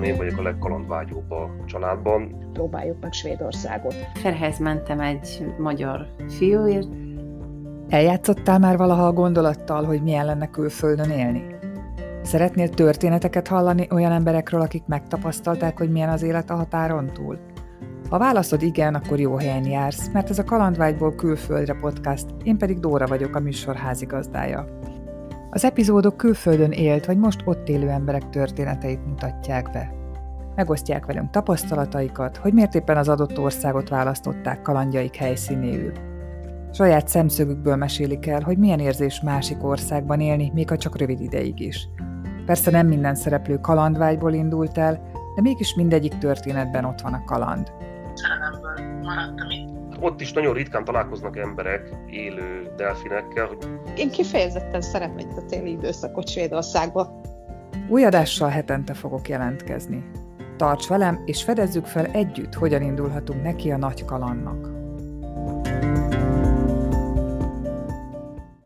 én vagyok a legkalandvágyóbb a családban. Próbáljuk meg Svédországot. Ferhez mentem egy magyar fiúért. Eljátszottál már valaha a gondolattal, hogy milyen lenne külföldön élni? Szeretnél történeteket hallani olyan emberekről, akik megtapasztalták, hogy milyen az élet a határon túl? Ha válaszod igen, akkor jó helyen jársz, mert ez a Kalandvágyból külföldre podcast, én pedig Dóra vagyok, a műsor házigazdája. Az epizódok külföldön élt vagy most ott élő emberek történeteit mutatják be. Megosztják velünk tapasztalataikat, hogy miért éppen az adott országot választották kalandjaik helyszínéül. Saját szemszögükből mesélik el, hogy milyen érzés másik országban élni, még ha csak rövid ideig is. Persze nem minden szereplő kalandvágyból indult el, de mégis mindegyik történetben ott van a kaland. Szerelemből maradtam itt. Ott is nagyon ritkán találkoznak emberek élő delfinekkel. Én kifejezetten szeretem itt a téli időszakot Svédországba. Új adással hetente fogok jelentkezni. Tarts velem, és fedezzük fel együtt, hogyan indulhatunk neki a nagy kalandnak.